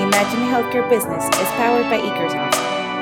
Reimagine Healthcare Business is powered by Ekersoft.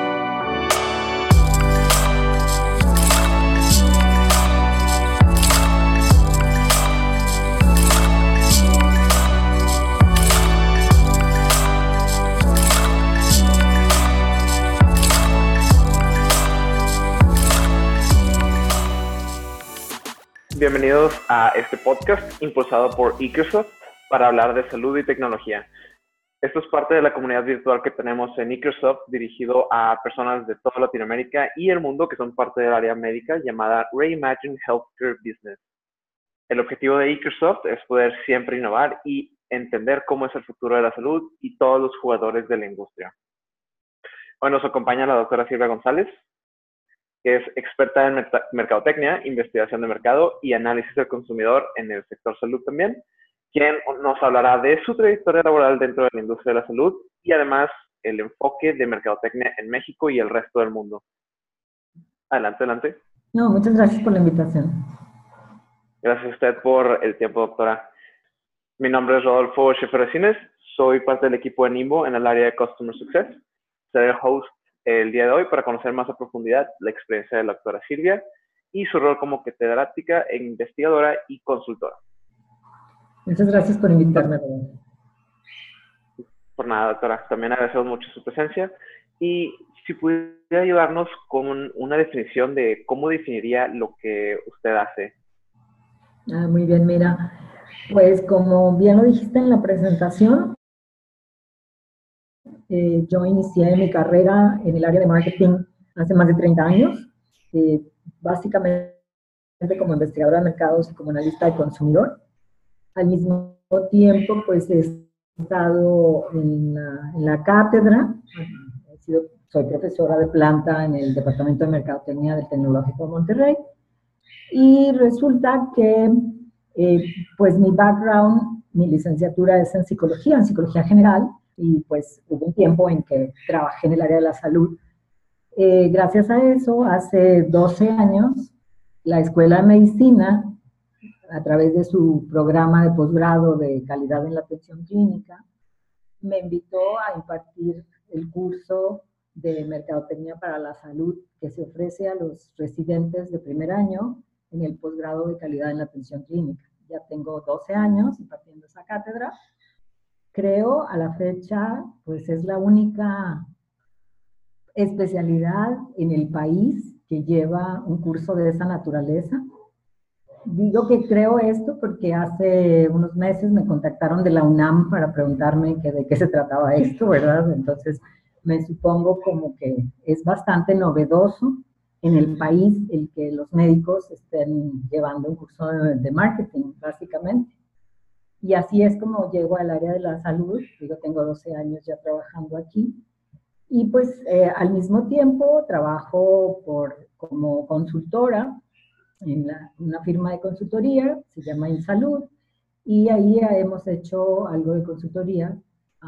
Bienvenidos a este podcast impulsado por Ekersoft para hablar de salud y tecnología. Esto es parte de la comunidad virtual que tenemos en Ekersoft dirigido a personas de toda Latinoamérica y el mundo que son parte del área médica llamada Reimagine Healthcare Business. El objetivo de Ekersoft es poder siempre innovar y entender cómo es el futuro de la salud y todos los jugadores de la industria. Hoy nos acompaña la doctora Silvia González, que es experta en mercadotecnia, investigación de mercado y análisis del consumidor en el sector salud también, quien nos hablará de su trayectoria laboral dentro de la industria de la salud y además el enfoque de mercadotecnia en México y el resto del mundo. Adelante. No, muchas gracias por la invitación. Gracias a usted por el tiempo, doctora. Mi nombre es Rodolfo Schaefer-Resines, soy parte del equipo de Nimbo en el área de Customer Success. Seré el host el día de hoy para conocer más a profundidad la experiencia de la doctora Silvia y su rol como catedrática, investigadora y consultora. Muchas gracias por invitarme. Por nada, doctora. También agradecemos mucho su presencia. Y si pudiera ayudarnos con una definición de cómo definiría lo que usted hace. Muy bien, mira. Pues como bien lo dijiste en la presentación, yo inicié mi carrera en el área de marketing hace más de 30 años, básicamente como investigadora de mercados y como analista de consumidor. Al mismo tiempo, pues he estado en la cátedra, soy profesora de planta en el Departamento de Mercadotecnia del Tecnológico de Monterrey, y resulta que pues mi background, mi licenciatura es en psicología general, y pues hubo un tiempo en que trabajé en el área de la salud. Gracias a eso, hace 12 años, la Escuela de Medicina, a través de su programa de posgrado de calidad en la atención clínica, me invitó a impartir el curso de Mercadotecnia para la Salud que se ofrece a los residentes de primer año en el posgrado de calidad en la atención clínica. Ya tengo 12 años impartiendo esa cátedra. Creo a la fecha, pues es la única especialidad en el país que lleva un curso de esa naturaleza. Digo que creo esto porque hace unos meses me contactaron de la UNAM para preguntarme de qué se trataba esto, ¿verdad? Entonces me supongo como que es bastante novedoso en el país el que los médicos estén llevando un curso de marketing, básicamente. Y así es como llego al área de la salud. Digo, tengo 12 años ya trabajando aquí. Y pues al mismo tiempo trabajo como consultora en una firma de consultoría, se llama InSalud, y ahí hemos hecho algo de consultoría,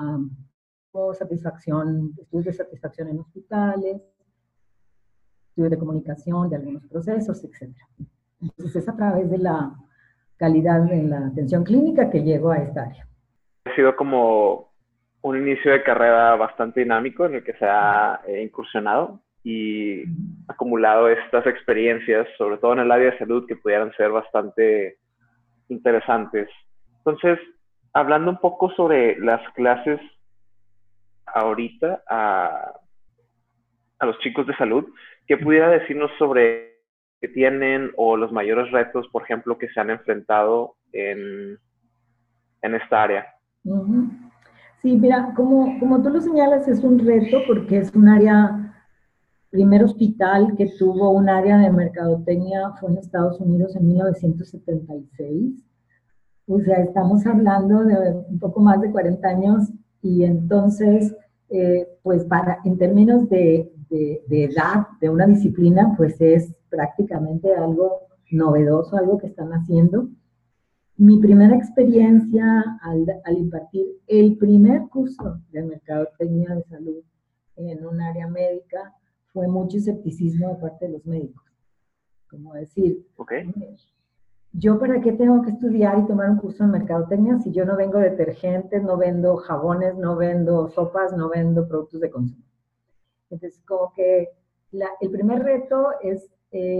estudios de satisfacción en hospitales, estudios de comunicación de algunos procesos, etc. Entonces es a través de la calidad en la atención clínica que llego a esta área. Ha sido como un inicio de carrera bastante dinámico en el que se ha incursionado y acumulado estas experiencias, sobre todo en el área de salud, que pudieran ser bastante interesantes. Entonces, hablando un poco sobre las clases ahorita a los chicos de salud, ¿qué pudiera decirnos sobre qué tienen o los mayores retos, por ejemplo, que se han enfrentado en esta área? Sí, mira, como tú lo señalas, es un reto porque es un área, primer hospital que tuvo un área de mercadotecnia fue en Estados Unidos en 1976. O sea, estamos hablando de un poco más de 40 años y entonces, pues en términos de edad de una disciplina, pues es prácticamente algo novedoso, algo que están haciendo. Mi primera experiencia al impartir el primer curso de mercadotecnia de salud en un área médica fue mucho escepticismo de parte de los médicos. Como decir, ¿Yo para qué tengo que estudiar y tomar un curso en mercadotecnia si yo no vendo detergentes, no vendo jabones, no vendo sopas, no vendo productos de consumo? Entonces, como que el primer reto es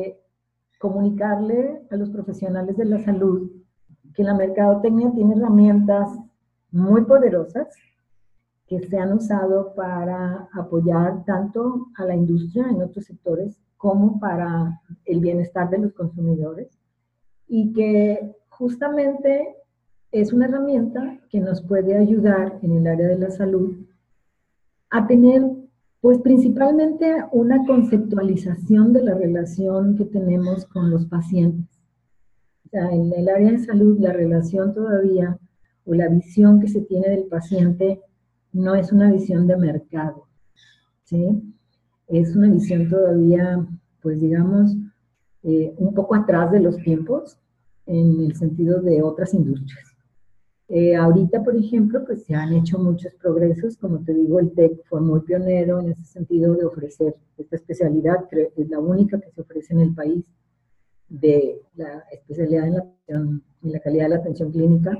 comunicarle a los profesionales de la salud que la mercadotecnia tiene herramientas muy poderosas que se han usado para apoyar tanto a la industria en otros sectores como para el bienestar de los consumidores y que justamente es una herramienta que nos puede ayudar en el área de la salud a tener, pues principalmente una conceptualización de la relación que tenemos con los pacientes. O sea, en el área de salud la relación todavía o la visión que se tiene del paciente no es una visión de mercado, ¿sí? Es una visión todavía, pues digamos, un poco atrás de los tiempos en el sentido de otras industrias. Ahorita, por ejemplo, pues se han hecho muchos progresos, como te digo, el TEC fue muy pionero en ese sentido de ofrecer esta especialidad, creo que es la única que se ofrece en el país de la especialidad en la calidad de la atención clínica.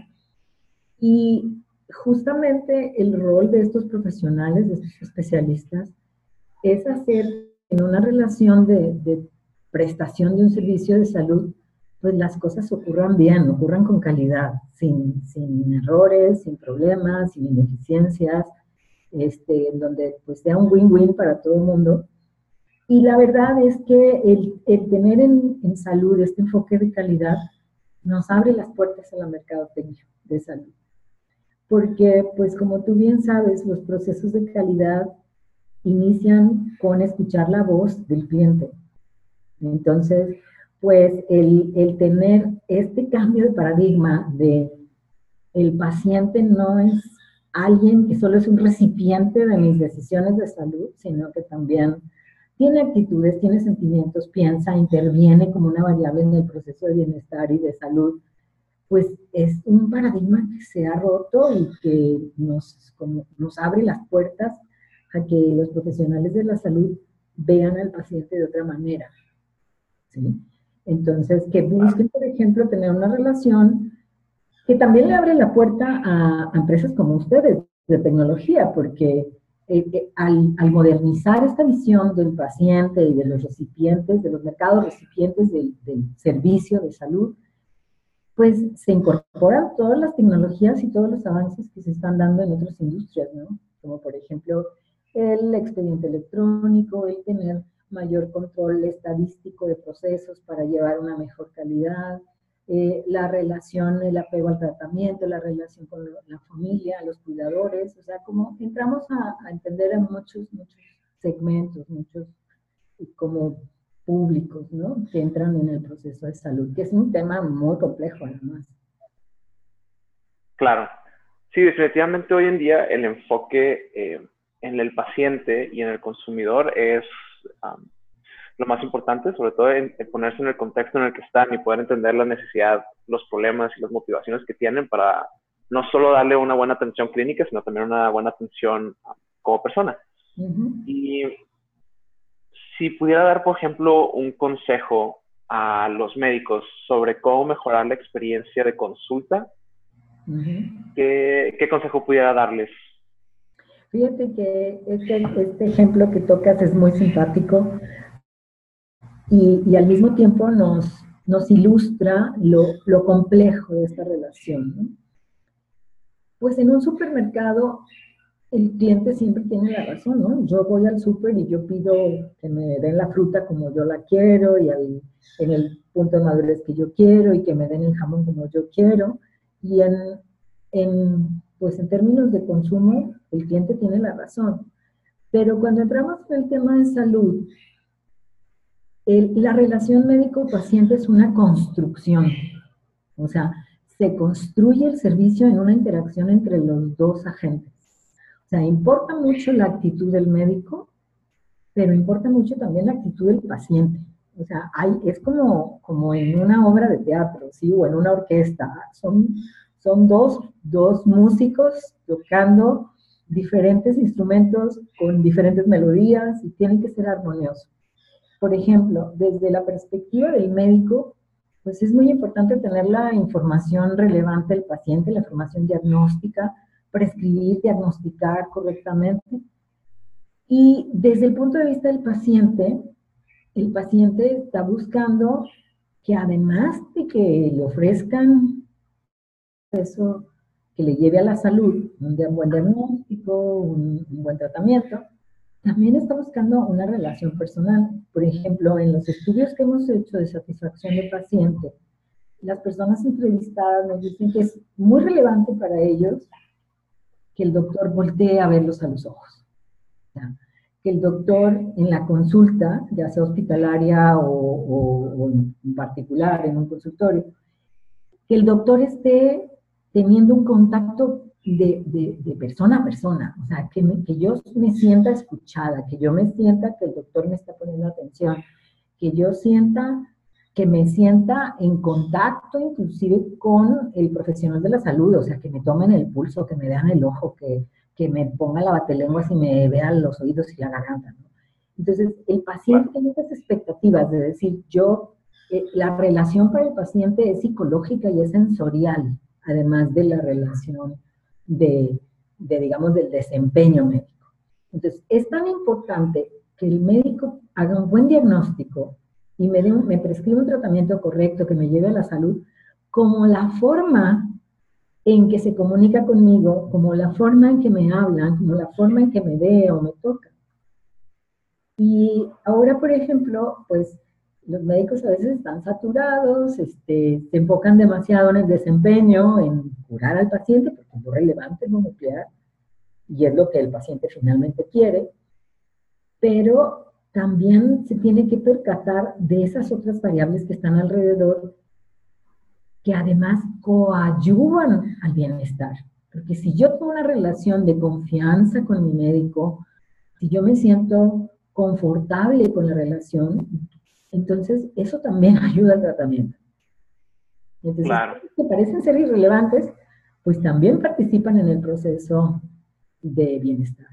Y justamente el rol de estos profesionales, de estos especialistas, es hacer en una relación de prestación de un servicio de salud, pues las cosas ocurran bien, ocurran con calidad, sin errores, sin problemas, sin ineficiencias, en donde pues sea un win-win para todo el mundo. Y la verdad es que el tener en salud este enfoque de calidad nos abre las puertas a la mercadotecnia de salud. Porque, pues como tú bien sabes, los procesos de calidad inician con escuchar la voz del cliente. Entonces, pues el tener este cambio de paradigma de el paciente no es alguien que solo es un recipiente de mis decisiones de salud, sino que también tiene actitudes, tiene sentimientos, piensa, interviene como una variable en el proceso de bienestar y de salud, pues es un paradigma que se ha roto y que nos abre las puertas a que los profesionales de la salud vean al paciente de otra manera, ¿sí? Entonces, que busquen, por ejemplo, tener una relación que también le abre la puerta a empresas como ustedes de tecnología, porque al modernizar esta visión del paciente y de los recipientes, de los mercados recipientes del servicio de salud, pues se incorporan todas las tecnologías y todos los avances que se están dando en otras industrias, ¿no? Como por ejemplo el expediente electrónico, el tener mayor control estadístico de procesos para llevar una mejor calidad, la relación, el apego al tratamiento, la relación con la familia, los cuidadores, o sea, como entramos a entender en muchos segmentos, muchos como públicos, ¿no? Que entran en el proceso de salud, que es un tema muy complejo además. Claro. Sí, definitivamente hoy en día el enfoque en el paciente y en el consumidor es lo más importante, sobre todo en ponerse en el contexto en el que están y poder entender la necesidad, los problemas y las motivaciones que tienen para no solo darle una buena atención clínica, sino también una buena atención como persona. Y si pudiera dar, por ejemplo, un consejo a los médicos sobre cómo mejorar la experiencia de consulta, ¿qué consejo pudiera darles? Fíjate que este ejemplo que tocas es muy simpático y al mismo tiempo nos ilustra lo complejo de esta relación, ¿no? Pues en un supermercado el cliente siempre tiene la razón, ¿no? Yo voy al súper y yo pido que me den la fruta como yo la quiero y en el punto de madurez que yo quiero y que me den el jamón como yo quiero. Y pues en términos de consumo, el cliente tiene la razón. Pero cuando entramos en el tema de salud, la relación médico-paciente es una construcción. O sea, se construye el servicio en una interacción entre los dos agentes. O sea, importa mucho la actitud del médico, pero importa mucho también la actitud del paciente. O sea, es como en una obra de teatro, ¿sí? O en una orquesta. Son dos músicos tocando diferentes instrumentos con diferentes melodías y tienen que ser armoniosos. Por ejemplo, desde la perspectiva del médico, pues es muy importante tener la información relevante del paciente, la información diagnóstica, prescribir, diagnosticar correctamente. Y desde el punto de vista del paciente, el paciente está buscando que además de que le ofrezcan eso que le lleve a la salud, un buen diagnóstico, un buen tratamiento, también está buscando una relación personal. Por ejemplo, en los estudios que hemos hecho de satisfacción del paciente, las personas entrevistadas nos dicen que es muy relevante para ellos que el doctor voltee a verlos a los ojos. O sea, que el doctor en la consulta, ya sea hospitalaria o en particular en un consultorio, que el doctor esté teniendo un contacto de persona a persona, o sea, que yo me sienta escuchada, que yo me sienta que el doctor me está poniendo atención, que yo sienta que me sienta en contacto inclusive con el profesional de la salud, o sea, que me tomen el pulso, que me vean el ojo, que me ponga la batelenguas y me vean los oídos y la garganta, ¿no? Entonces, el paciente tiene esas expectativas de decir, la relación para el paciente es psicológica y es sensorial, además de la relación digamos, del desempeño médico. Entonces, es tan importante que el médico haga un buen diagnóstico y me prescriba un tratamiento correcto que me lleve a la salud, como la forma en que se comunica conmigo, como la forma en que me hablan, como la forma en que me ve o me toca. Y ahora, por ejemplo, pues los médicos a veces están saturados, se enfocan demasiado en el desempeño, en curar al paciente, porque es lo relevante, es lo nuclear, y es lo que el paciente finalmente quiere, pero también se tiene que percatar de esas otras variables que están alrededor, que además coadyuvan al bienestar. Porque si yo tengo una relación de confianza con mi médico, si yo me siento confortable con la relación, entonces eso también ayuda al tratamiento. Entonces, Claro. que parecen ser irrelevantes, pues también participan en el proceso de bienestar.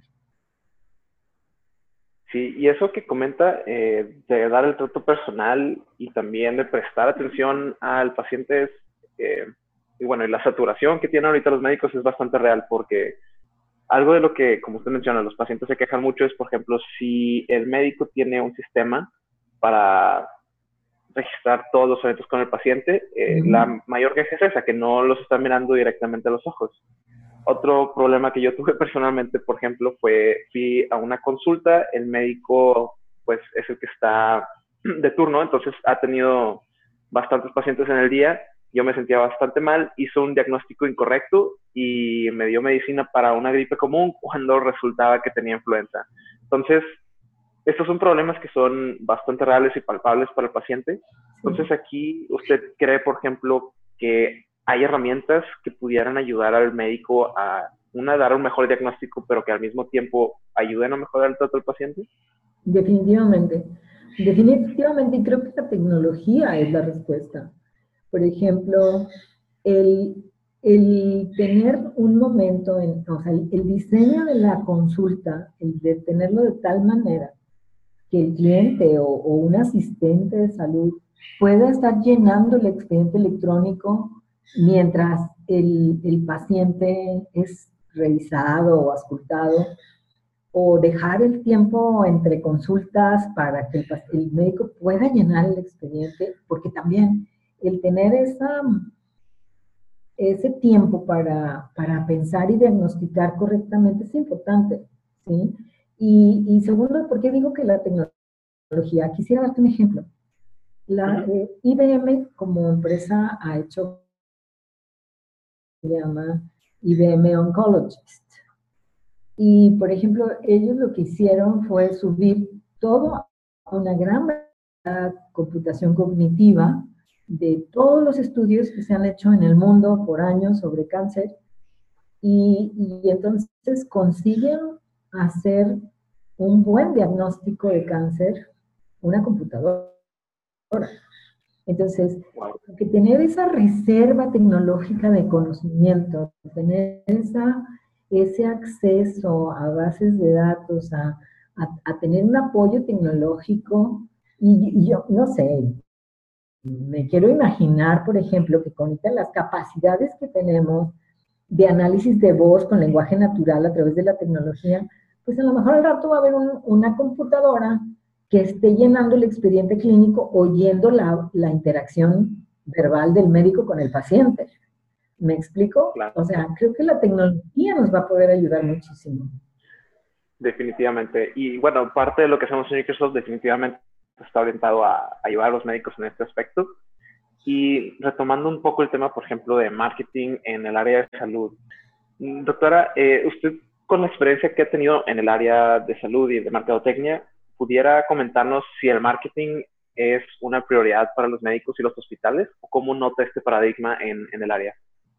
Sí, y eso que comenta de dar el trato personal y también de prestar atención al paciente y bueno, y la saturación que tienen ahorita los médicos es bastante real porque algo de lo que, como usted menciona, los pacientes se quejan mucho es, por ejemplo, si el médico tiene un sistema para registrar todos los eventos con el paciente, la mayor queja es esa, que no los están mirando directamente a los ojos. Otro problema que yo tuve personalmente, por ejemplo, fui a una consulta, el médico pues es el que está de turno, entonces ha tenido bastantes pacientes en el día, yo me sentía bastante mal, hizo un diagnóstico incorrecto y me dio medicina para una gripe común cuando resultaba que tenía influenza. Entonces, estos son problemas que son bastante reales y palpables para el paciente. Entonces, aquí usted cree, por ejemplo, que hay herramientas que pudieran ayudar al médico a, dar un mejor diagnóstico, pero que al mismo tiempo ayuden a mejorar el trato del paciente. Definitivamente. Definitivamente, y creo que la tecnología es la respuesta. Por ejemplo, el tener un momento, o sea, el diseño de la consulta, el de tenerlo de tal manera que el cliente o un asistente de salud pueda estar llenando el expediente electrónico mientras el paciente es revisado o auscultado, o dejar el tiempo entre consultas para que el médico pueda llenar el expediente, porque también el tener ese tiempo para pensar y diagnosticar correctamente es importante, ¿sí? Y segundo, ¿por qué digo que la tecnología? Quisiera darte un ejemplo. La IBM como empresa ha hecho, se llama IBM Oncologist. Y, por ejemplo, ellos lo que hicieron fue subir todo a una gran computación cognitiva de todos los estudios que se han hecho en el mundo por años sobre cáncer, y entonces consiguen hacer un buen diagnóstico de cáncer una computadora. Entonces, que tener esa reserva tecnológica de conocimiento, tener ese acceso a bases de datos, a tener un apoyo tecnológico, y yo no sé, me quiero imaginar, por ejemplo, que con las capacidades que tenemos de análisis de voz con lenguaje natural a través de la tecnología, pues a lo mejor al rato va a haber una computadora que esté llenando el expediente clínico oyendo la interacción verbal del médico con el paciente. ¿Me explico? Claro. O sea, creo que la tecnología nos va a poder ayudar muchísimo. Definitivamente. Y bueno, parte de lo que hacemos en Microsoft definitivamente está orientado a ayudar a los médicos en este aspecto. Y retomando un poco el tema, por ejemplo, de marketing en el área de salud. Doctora, usted con la experiencia que ha tenido en el área de salud y de mercadotecnia, ¿pudiera comentarnos si el marketing es una prioridad para los médicos y los hospitales? ¿O cómo nota este paradigma en el área?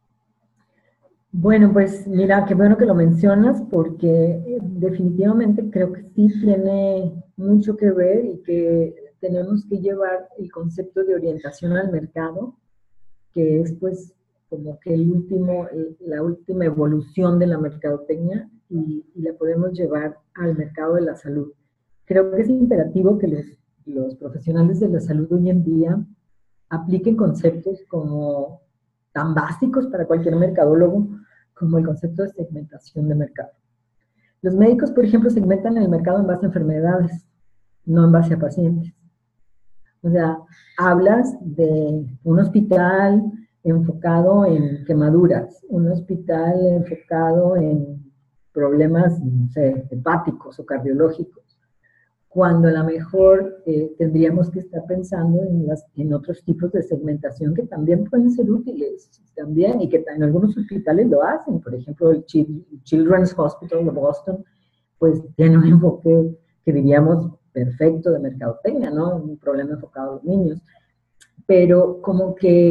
Bueno, pues mira, qué bueno que lo mencionas porque definitivamente creo que sí tiene mucho que ver y que tenemos que llevar el concepto de orientación al mercado, que es pues como que la última evolución de la mercadotecnia y la podemos llevar al mercado de la salud. Creo que es imperativo que los profesionales de la salud hoy en día apliquen conceptos como tan básicos para cualquier mercadólogo como el concepto de segmentación de mercado. Los médicos, por ejemplo, segmentan el mercado en base a enfermedades, no en base a pacientes. O sea, hablas de un hospital enfocado en quemaduras, un hospital enfocado en problemas, no sé, hepáticos o cardiológicos, cuando a lo mejor tendríamos que estar pensando en otros tipos de segmentación que también pueden ser útiles, también, y que en algunos hospitales lo hacen. Por ejemplo, el Children's Hospital de Boston, pues tiene un enfoque que diríamos perfecto de mercadotecnia, ¿no? Un problema enfocado a los niños. Pero como que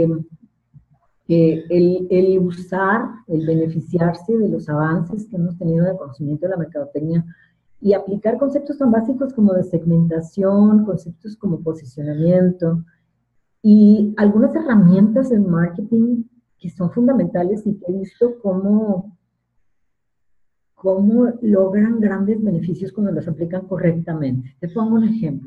el usar, el beneficiarse de los avances que hemos tenido en el conocimiento de la mercadotecnia y aplicar conceptos tan básicos como de segmentación, conceptos como posicionamiento y algunas herramientas del marketing que son fundamentales y que he visto cómo logran grandes beneficios cuando los aplican correctamente. Te pongo un ejemplo.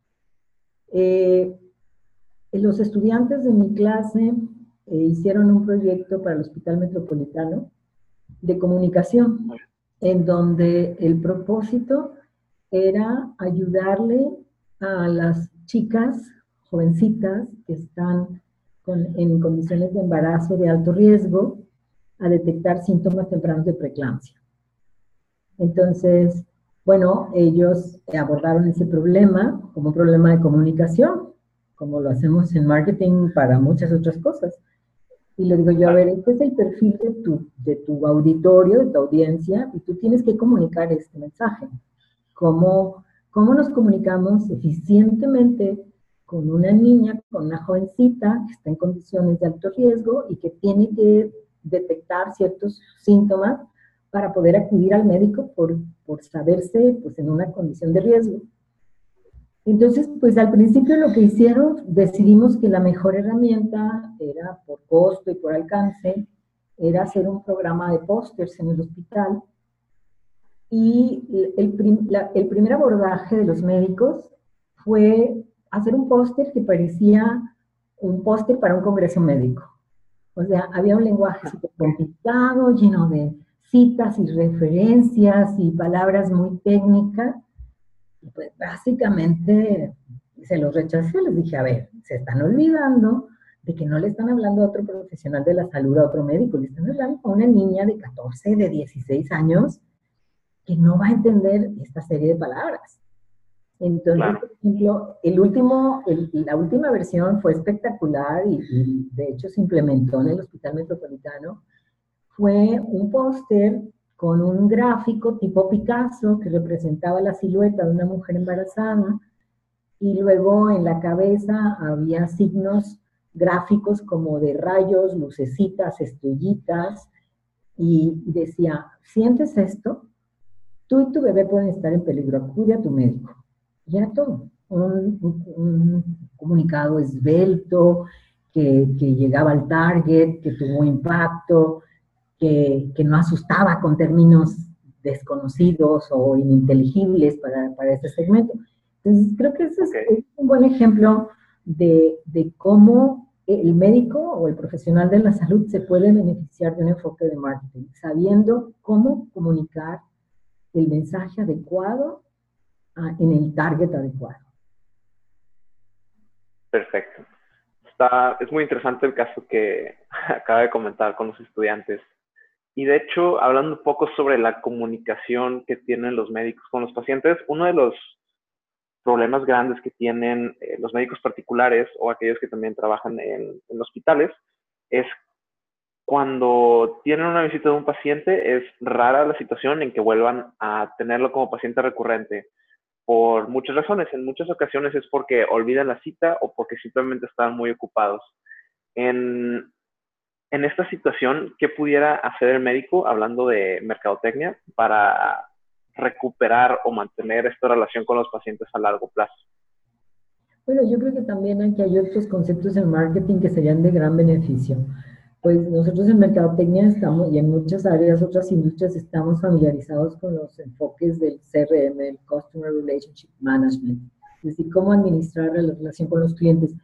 Los estudiantes de mi clase hicieron un proyecto para el Hospital Metropolitano de comunicación, en donde el propósito era ayudarle a las chicas jovencitas que están en condiciones de embarazo de alto riesgo a detectar síntomas tempranos de preeclampsia. Entonces, bueno, ellos abordaron ese problema como un problema de comunicación, como lo hacemos en marketing para muchas otras cosas. Y le digo yo, a ver, este es el perfil de tu auditorio, de tu audiencia, y tú tienes que comunicar este mensaje. ¿Cómo nos comunicamos eficientemente con una niña, con una jovencita que está en condiciones de alto riesgo y que tiene que detectar ciertos síntomas para poder acudir al médico por saberse pues, en una condición de riesgo? Entonces, pues al principio lo que hicieron, decidimos que la mejor herramienta era por costo y por alcance, era hacer un programa de pósters en el hospital. Y el primer abordaje de los médicos fue hacer un póster que parecía un póster para un congreso médico. O sea, había un lenguaje súper complicado, lleno de citas y referencias y palabras muy técnicas. Y pues básicamente se los rechacé, les dije, a ver, se están olvidando de que no le están hablando a otro profesional de la salud, a otro médico, le están hablando a una niña de 14, de 16 años que no va a entender esta serie de palabras. Entonces, claro, por ejemplo, la última versión fue espectacular y de hecho se implementó en el Hospital Metropolitano. Fue un póster con un gráfico tipo Picasso que representaba la silueta de una mujer embarazada y luego en la cabeza había signos gráficos como de rayos, lucecitas, estrellitas y decía, ¿sientes esto? Tú y tu bebé pueden estar en peligro, acude a tu médico. Y era todo, un comunicado esbelto que llegaba al target, que tuvo impacto, que no asustaba con términos desconocidos o ininteligibles para ese segmento. Entonces, creo que ese es un buen ejemplo de cómo el médico o el profesional de la salud se puede beneficiar de un enfoque de marketing, sabiendo cómo comunicar el mensaje adecuado en el target adecuado. Perfecto. Es muy interesante el caso que acaba de comentar con los estudiantes. Y de hecho, hablando un poco sobre la comunicación que tienen los médicos con los pacientes, uno de los problemas grandes que tienen los médicos particulares o aquellos que también trabajan en hospitales es cuando tienen una visita de un paciente, es rara la situación en que vuelvan a tenerlo como paciente recurrente por muchas razones. En muchas ocasiones es porque olvidan la cita o porque simplemente están muy ocupados. En, en esta situación, ¿qué pudiera hacer el médico, hablando de mercadotecnia, para recuperar o mantener esta relación con los pacientes a largo plazo? Bueno, yo creo que también aquí hay otros conceptos en marketing que serían de gran beneficio. Pues nosotros en Mercadotecnia estamos, y en muchas áreas, otras industrias, estamos familiarizados con los enfoques del CRM, el Customer Relationship Management, es decir, cómo administrar la relación con los clientes.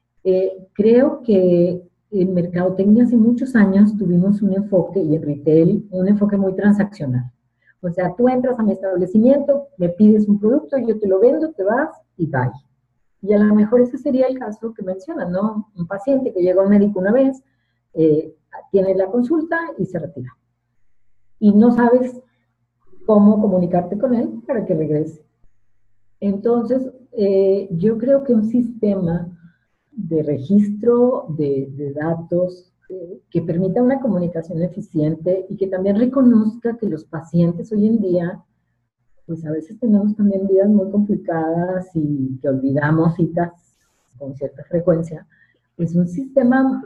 Creo que en Mercadotecnia hace muchos años tuvimos un enfoque, y en retail, un enfoque muy transaccional. O sea, tú entras a mi establecimiento, me pides un producto, yo te lo vendo, te vas y bye. Y a lo mejor ese sería el caso que mencionas, ¿no? Un paciente que llega a un médico una vez, tiene la consulta y se retira. Y no sabes cómo comunicarte con él para que regrese. Entonces, yo creo que un sistema de registro de datos que permita una comunicación eficiente y que también reconozca que los pacientes hoy en día, pues a veces tenemos también vidas muy complicadas y que olvidamos citas con cierta frecuencia, pues un sistema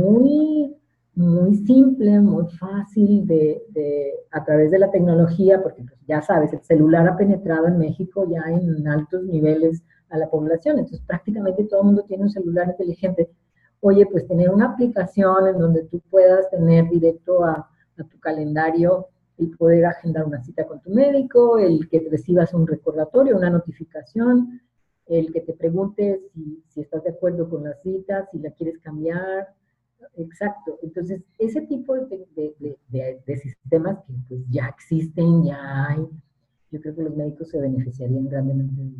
muy simple, muy fácil a través de la tecnología, porque pues, ya sabes, el celular ha penetrado en México ya en altos niveles a la población, entonces prácticamente todo el mundo tiene un celular inteligente. Oye, pues tener una aplicación en donde tú puedas tener directo a tu calendario el poder agendar una cita con tu médico, el que recibas un recordatorio, una notificación, el que te pregunte si estás de acuerdo con la cita, si la quieres cambiar. Exacto. Entonces, ese tipo de sistemas que pues, ya existen, ya hay, yo creo que los médicos se beneficiarían grandemente de ello.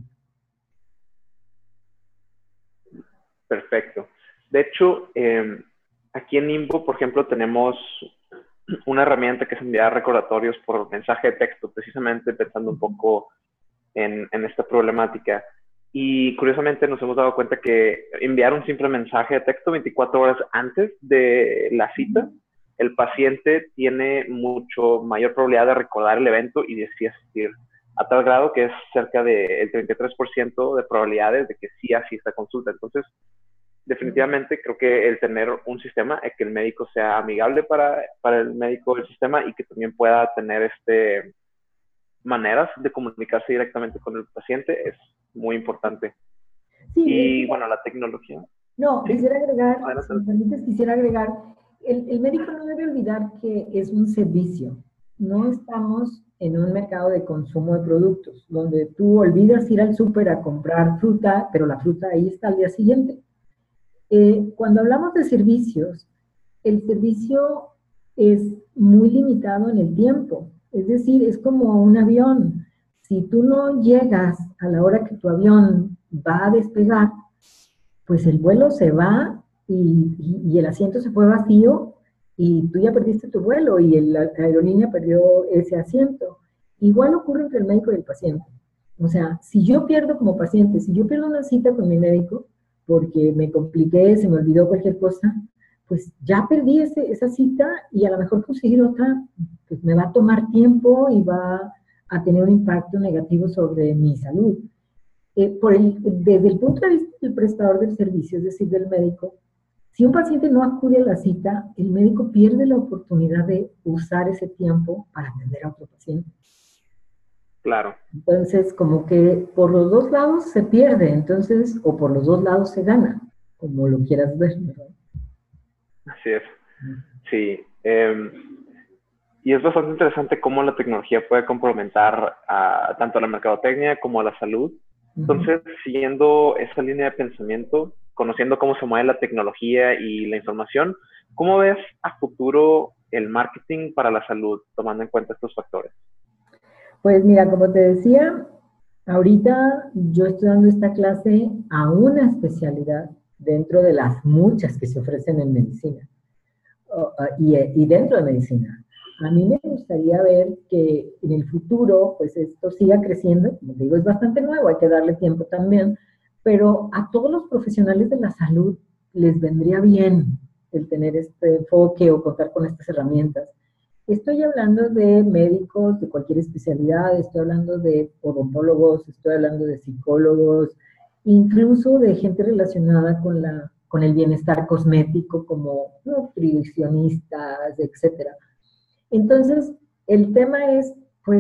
Perfecto. De hecho, aquí en Nimbo, por ejemplo, tenemos una herramienta que es enviar recordatorios por mensaje de texto, precisamente pensando un poco en esta problemática. Y curiosamente nos hemos dado cuenta que enviar un simple mensaje de texto 24 horas antes de la cita, el paciente tiene mucho mayor probabilidad de recordar el evento y de sí asistir, a tal grado que es cerca del 33% de probabilidades de que sí asista a consulta. Entonces, definitivamente creo que el tener un sistema, que el médico sea amigable para el médico del sistema y que también pueda tener maneras de comunicarse directamente con el paciente es muy importante. Sí, y bueno, la tecnología. No, ¿Sí? quisiera agregar, Adelante. si me permites, quisiera agregar, el médico no debe olvidar que es un servicio. No estamos en un mercado de consumo de productos, donde tú olvidas ir al súper a comprar fruta, pero la fruta ahí está al día siguiente. Cuando hablamos de servicios, el servicio es muy limitado en el tiempo. Es decir, es como un avión. Si tú no llegas a la hora que tu avión va a despegar, pues el vuelo se va y el asiento se fue vacío y tú ya perdiste tu vuelo y la aerolínea perdió ese asiento. Igual ocurre entre el médico y el paciente. O sea, si yo pierdo como paciente, si yo pierdo una cita con mi médico porque me compliqué, se me olvidó cualquier cosa, pues ya perdí esa cita y a lo mejor conseguir otra, pues me va a tomar tiempo y va a tener un impacto negativo sobre mi salud. Desde el punto de vista del prestador del servicio, es decir, del médico, si un paciente no acude a la cita, el médico pierde la oportunidad de usar ese tiempo para atender a otro paciente. Claro. Entonces, como que por los dos lados se pierde, entonces, o por los dos lados se gana, como lo quieras ver, ¿verdad? Así es. Sí. Y es bastante interesante cómo la tecnología puede complementar tanto a la mercadotecnia como a la salud. Entonces, siguiendo esa línea de pensamiento, conociendo cómo se mueve la tecnología y la información, ¿cómo ves a futuro el marketing para la salud, tomando en cuenta estos factores? Pues mira, como te decía, ahorita yo estoy dando esta clase a una especialidad dentro de las muchas que se ofrecen en medicina y dentro de medicina. A mí me gustaría ver que en el futuro, pues esto siga creciendo. Como te digo, es bastante nuevo, hay que darle tiempo también, pero a todos los profesionales de la salud les vendría bien el tener este enfoque o contar con estas herramientas. Estoy hablando de médicos de cualquier especialidad, estoy hablando de odontólogos, estoy hablando de psicólogos, incluso de gente relacionada con el bienestar cosmético, como nutricionistas, etcétera. Entonces, el tema es, pues,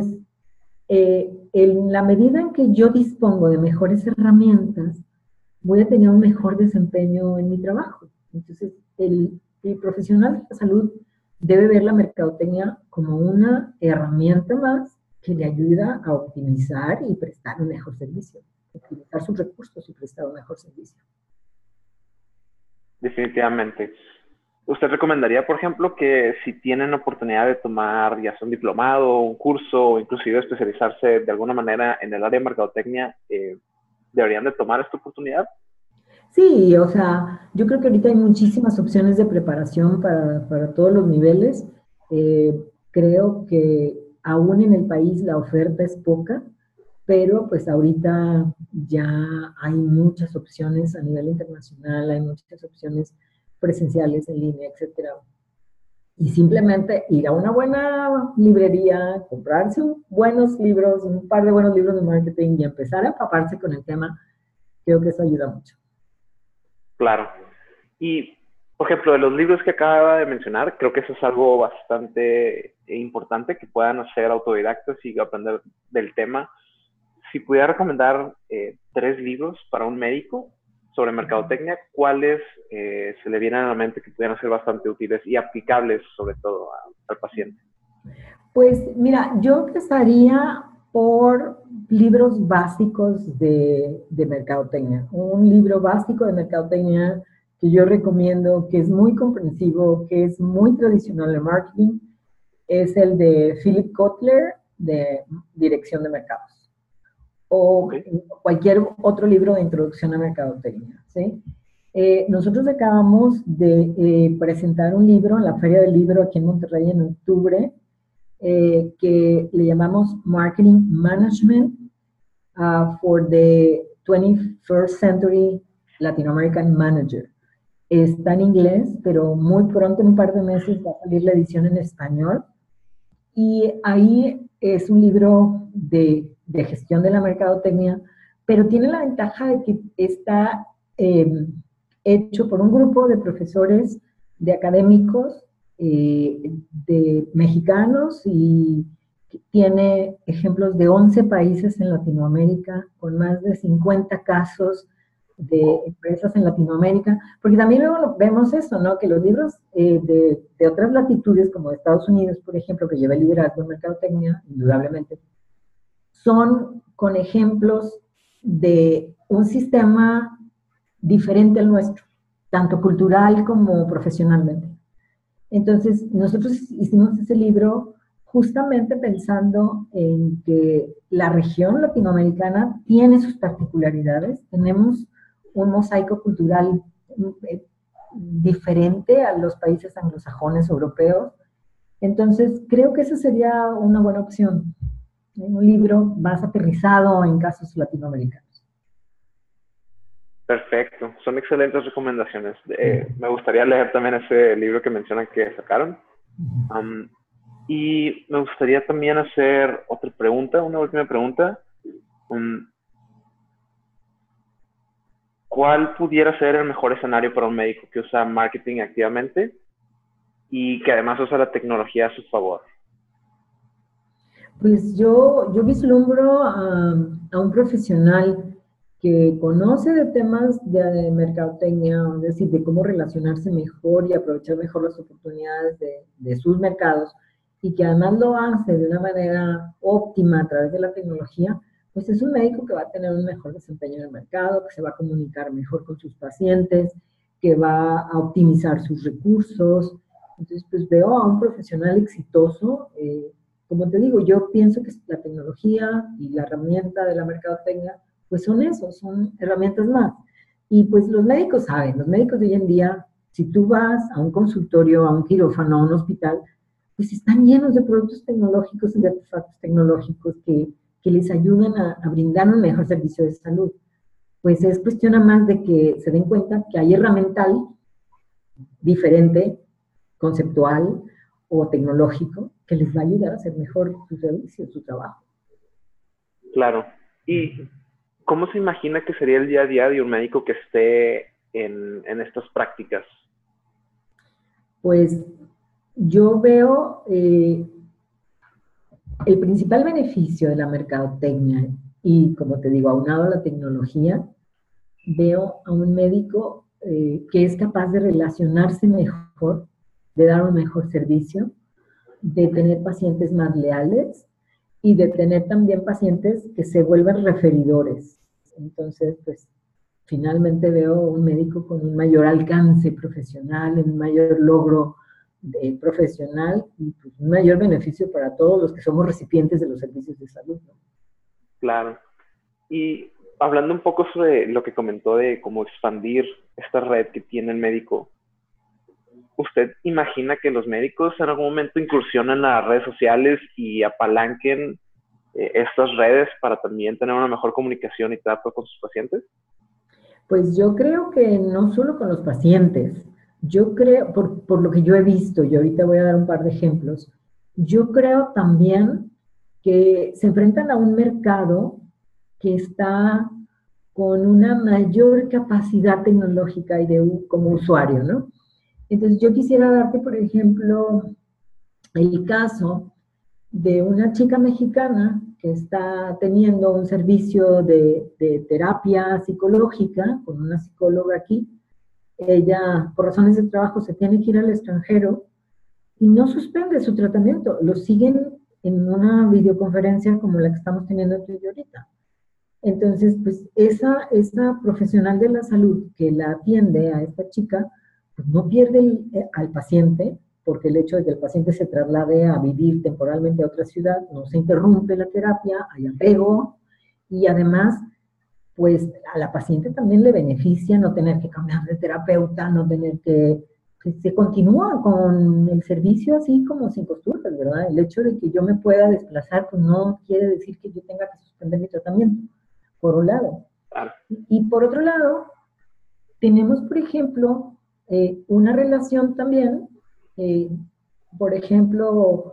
en la medida en que yo dispongo de mejores herramientas, voy a tener un mejor desempeño en mi trabajo. Entonces, el profesional de la salud debe ver la mercadotecnia como una herramienta más que le ayuda a optimizar y prestar un mejor servicio, optimizar sus recursos y prestar un mejor servicio. Definitivamente. ¿Usted recomendaría, por ejemplo, que si tienen oportunidad de tomar ya sea un diplomado, un curso o inclusive especializarse de alguna manera en el área de mercadotecnia, deberían de tomar esta oportunidad? Sí, o sea, yo creo que ahorita hay muchísimas opciones de preparación para todos los niveles. Creo que aún en el país la oferta es poca, pero pues ahorita ya hay muchas opciones a nivel internacional, hay muchas opciones presenciales en línea, etcétera. Y simplemente ir a una buena librería, comprarse buenos libros, un par de buenos libros de marketing y empezar a empaparse con el tema, creo que eso ayuda mucho. Claro. Y, por ejemplo, de los libros que acaba de mencionar, creo que eso es algo bastante importante, que puedan hacer autodidactas y aprender del tema. Si pudiera recomendar 3 libros para un médico sobre mercadotecnia, ¿cuáles se le vienen a la mente que pudieran ser bastante útiles y aplicables, sobre todo, al paciente? Pues mira, yo empezaría por libros básicos de mercadotecnia. Un libro básico de mercadotecnia que yo recomiendo, que es muy comprensivo, que es muy tradicional en marketing, es el de Philip Kotler, de Dirección de Mercados. O cualquier otro libro de introducción a mercadotecnia, ¿sí? Nosotros acabamos de presentar un libro en la Feria del Libro aquí en Monterrey en octubre, que le llamamos Marketing Management for the 21st Century Latin American Manager. Está en inglés, pero muy pronto, en un par de meses, va a salir la edición en español. Y ahí es un libro de gestión de la mercadotecnia, pero tiene la ventaja de que está hecho por un grupo de profesores, de académicos, de mexicanos, y tiene ejemplos de 11 países en Latinoamérica, con más de 50 casos de empresas en Latinoamérica, porque también luego vemos eso, ¿no? Que los libros de otras latitudes, como de Estados Unidos, por ejemplo, que lleva el liderazgo en mercadotecnia, indudablemente, son con ejemplos de un sistema diferente al nuestro, tanto cultural como profesionalmente. Entonces, nosotros hicimos ese libro justamente pensando en que la región latinoamericana tiene sus particularidades, tenemos un mosaico cultural diferente a los países anglosajones europeos. Entonces, creo que esa sería una buena opción, un libro más aterrizado en casos latinoamericanos. Perfecto, son excelentes recomendaciones. Me gustaría leer también ese libro que mencionan que sacaron. Y me gustaría también hacer otra pregunta, una última pregunta. ¿Cuál pudiera ser el mejor escenario para un médico que usa marketing activamente y que además usa la tecnología a su favor? Pues yo vislumbro a un profesional que conoce de temas mercadotecnia, es decir, de cómo relacionarse mejor y aprovechar mejor las oportunidades de sus mercados, y que además lo hace de una manera óptima a través de la tecnología, pues es un médico que va a tener un mejor desempeño en el mercado, que se va a comunicar mejor con sus pacientes, que va a optimizar sus recursos. Entonces, pues veo a un profesional exitoso. Como te digo, yo pienso que la tecnología y la herramienta de la mercadotecnia, pues son eso, son herramientas más. Y pues los médicos saben, los médicos de hoy en día, si tú vas a un consultorio, a un quirófano, a un hospital, pues están llenos de productos tecnológicos y de artefactos tecnológicos que les ayudan a brindar un mejor servicio de salud. Pues es cuestión más de que se den cuenta que hay herramental diferente, conceptual o tecnológico, que les va a ayudar a hacer mejor su servicio, su trabajo. Claro. ¿Y cómo se imagina que sería el día a día de un médico que esté en estas prácticas? Pues yo veo el principal beneficio de la mercadotecnia y, como te digo, aunado a la tecnología, veo a un médico que es capaz de relacionarse mejor, de dar un mejor servicio, de tener pacientes más leales y de tener también pacientes que se vuelvan referidores. Entonces, pues, finalmente veo un médico con un mayor alcance profesional, un mayor logro profesional y pues, un mayor beneficio para todos los que somos recipientes de los servicios de salud, ¿no? Claro. Y hablando un poco sobre lo que comentó de cómo expandir esta red que tiene el médico, ¿usted imagina que los médicos en algún momento incursionan a redes sociales y apalanquen estas redes para también tener una mejor comunicación y trato con sus pacientes? Pues yo creo que no solo con los pacientes, yo creo, por lo que yo he visto, y ahorita voy a dar un par de ejemplos, yo creo también que se enfrentan a un mercado que está con una mayor capacidad tecnológica y como usuario, ¿no? Entonces yo quisiera darte, por ejemplo, el caso de una chica mexicana que está teniendo un servicio de terapia psicológica con una psicóloga aquí. Ella, por razones de trabajo, se tiene que ir al extranjero y no suspende su tratamiento, lo siguen en una videoconferencia como la que estamos teniendo tú y yo ahorita. Entonces, pues esa profesional de la salud que la atiende a esta chica, pues no pierde al paciente, porque el hecho de que el paciente se traslade a vivir temporalmente a otra ciudad, no se interrumpe la terapia, hay apego, y además, pues a la paciente también le beneficia no tener que cambiar de terapeuta, no tener que, pues, se continúa con el servicio así como sin costuras, ¿verdad? El hecho de que yo me pueda desplazar, pues no quiere decir que yo tenga que suspender mi tratamiento, por un lado. Claro. Y por otro lado, tenemos, por ejemplo, una relación también, eh, por ejemplo,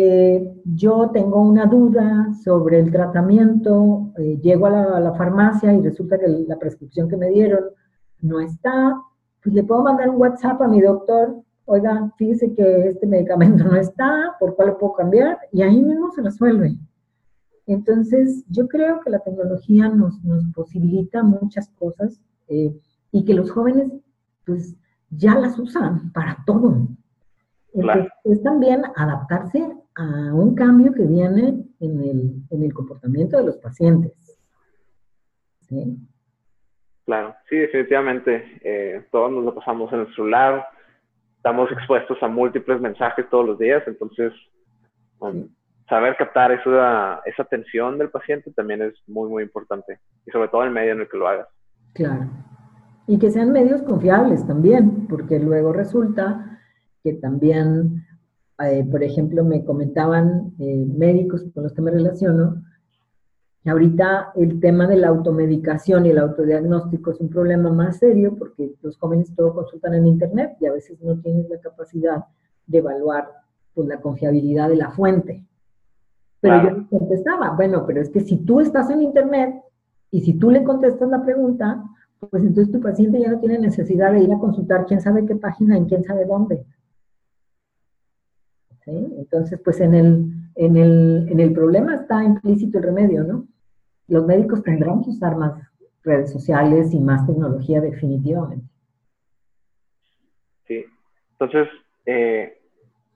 yo tengo una duda sobre el tratamiento, llego a la farmacia y resulta que la prescripción que me dieron no está, pues le puedo mandar un WhatsApp a mi doctor, oiga, fíjese que este medicamento no está, ¿por cuál lo puedo cambiar? Y ahí mismo se resuelve. Entonces, yo creo que la tecnología nos posibilita muchas cosas y que los jóvenes, pues, ya las usan para todo. Entonces, Claro. es también adaptarse a un cambio que viene en el comportamiento de los pacientes. ¿Sí? Claro, sí, definitivamente. Todos nos lo pasamos en el celular, estamos expuestos a múltiples mensajes todos los días, entonces Sí. saber captar esa atención del paciente también es muy, muy importante, y sobre todo en el medio en el que lo hagas. Claro. Y que sean medios confiables también, porque luego resulta que también, por ejemplo, me comentaban médicos con los que me relaciono, que ahorita el tema de la automedicación y el autodiagnóstico es un problema más serio porque los jóvenes todo consultan en internet y a veces no tienes la capacidad de evaluar pues, la confiabilidad de la fuente. Pero yo Claro, les contestaba, bueno, pero es que si tú estás en internet y si tú le contestas la pregunta, pues entonces tu paciente ya no tiene necesidad de ir a consultar quién sabe qué página en quién sabe dónde. ¿Sí? Entonces, pues en el problema está implícito el remedio, ¿no? Los médicos tendrán que usar más redes sociales y más tecnología definitivamente. sí. Entonces,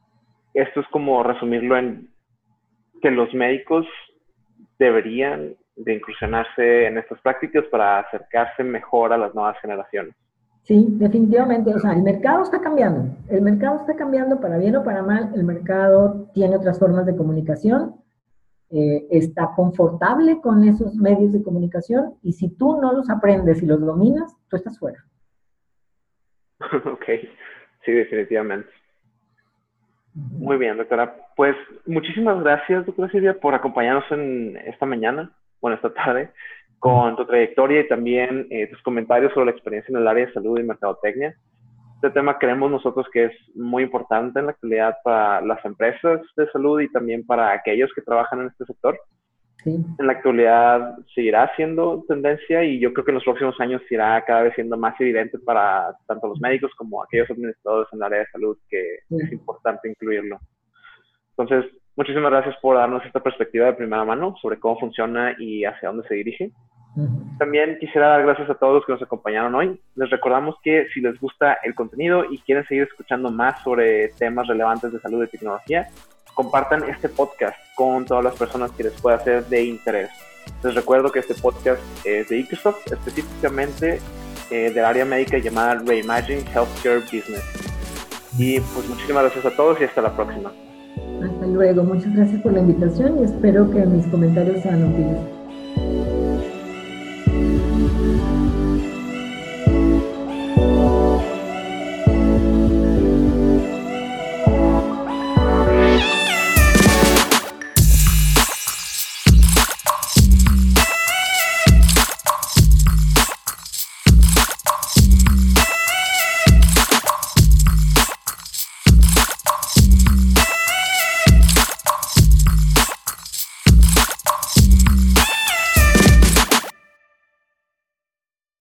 esto es como resumirlo en que los médicos deberían de incursionarse en estas prácticas para acercarse mejor a las nuevas generaciones. Sí, definitivamente. O sea, el mercado está cambiando. El mercado está cambiando para bien o para mal. El mercado tiene otras formas de comunicación. Está confortable con esos medios de comunicación y si tú no los aprendes y los dominas, tú estás fuera. Ok, sí, definitivamente. Muy bien, doctora. Pues muchísimas gracias, doctora Silvia, por acompañarnos en esta mañana, esta tarde, con tu trayectoria y también tus comentarios sobre la experiencia en el área de salud y mercadotecnia. Este tema creemos nosotros que es muy importante en la actualidad para las empresas de salud y también para aquellos que trabajan en este sector. Sí. En la actualidad seguirá siendo tendencia y yo creo que en los próximos años irá cada vez siendo más evidente para tanto los médicos como aquellos administradores en el área de salud que es importante incluirlo. Entonces, muchísimas gracias por darnos esta perspectiva de primera mano sobre cómo funciona y hacia dónde se dirige. También quisiera dar gracias a todos los que nos acompañaron hoy. Les recordamos que si les gusta el contenido y quieren seguir escuchando más sobre temas relevantes de salud y tecnología, compartan este podcast con todas las personas que les pueda ser de interés. Les recuerdo que este podcast es de Ikersoft, específicamente del área médica llamada Reimagine Healthcare Business. Y pues muchísimas gracias a todos y hasta la próxima. Hasta luego, muchas gracias por la invitación y espero que mis comentarios sean útiles.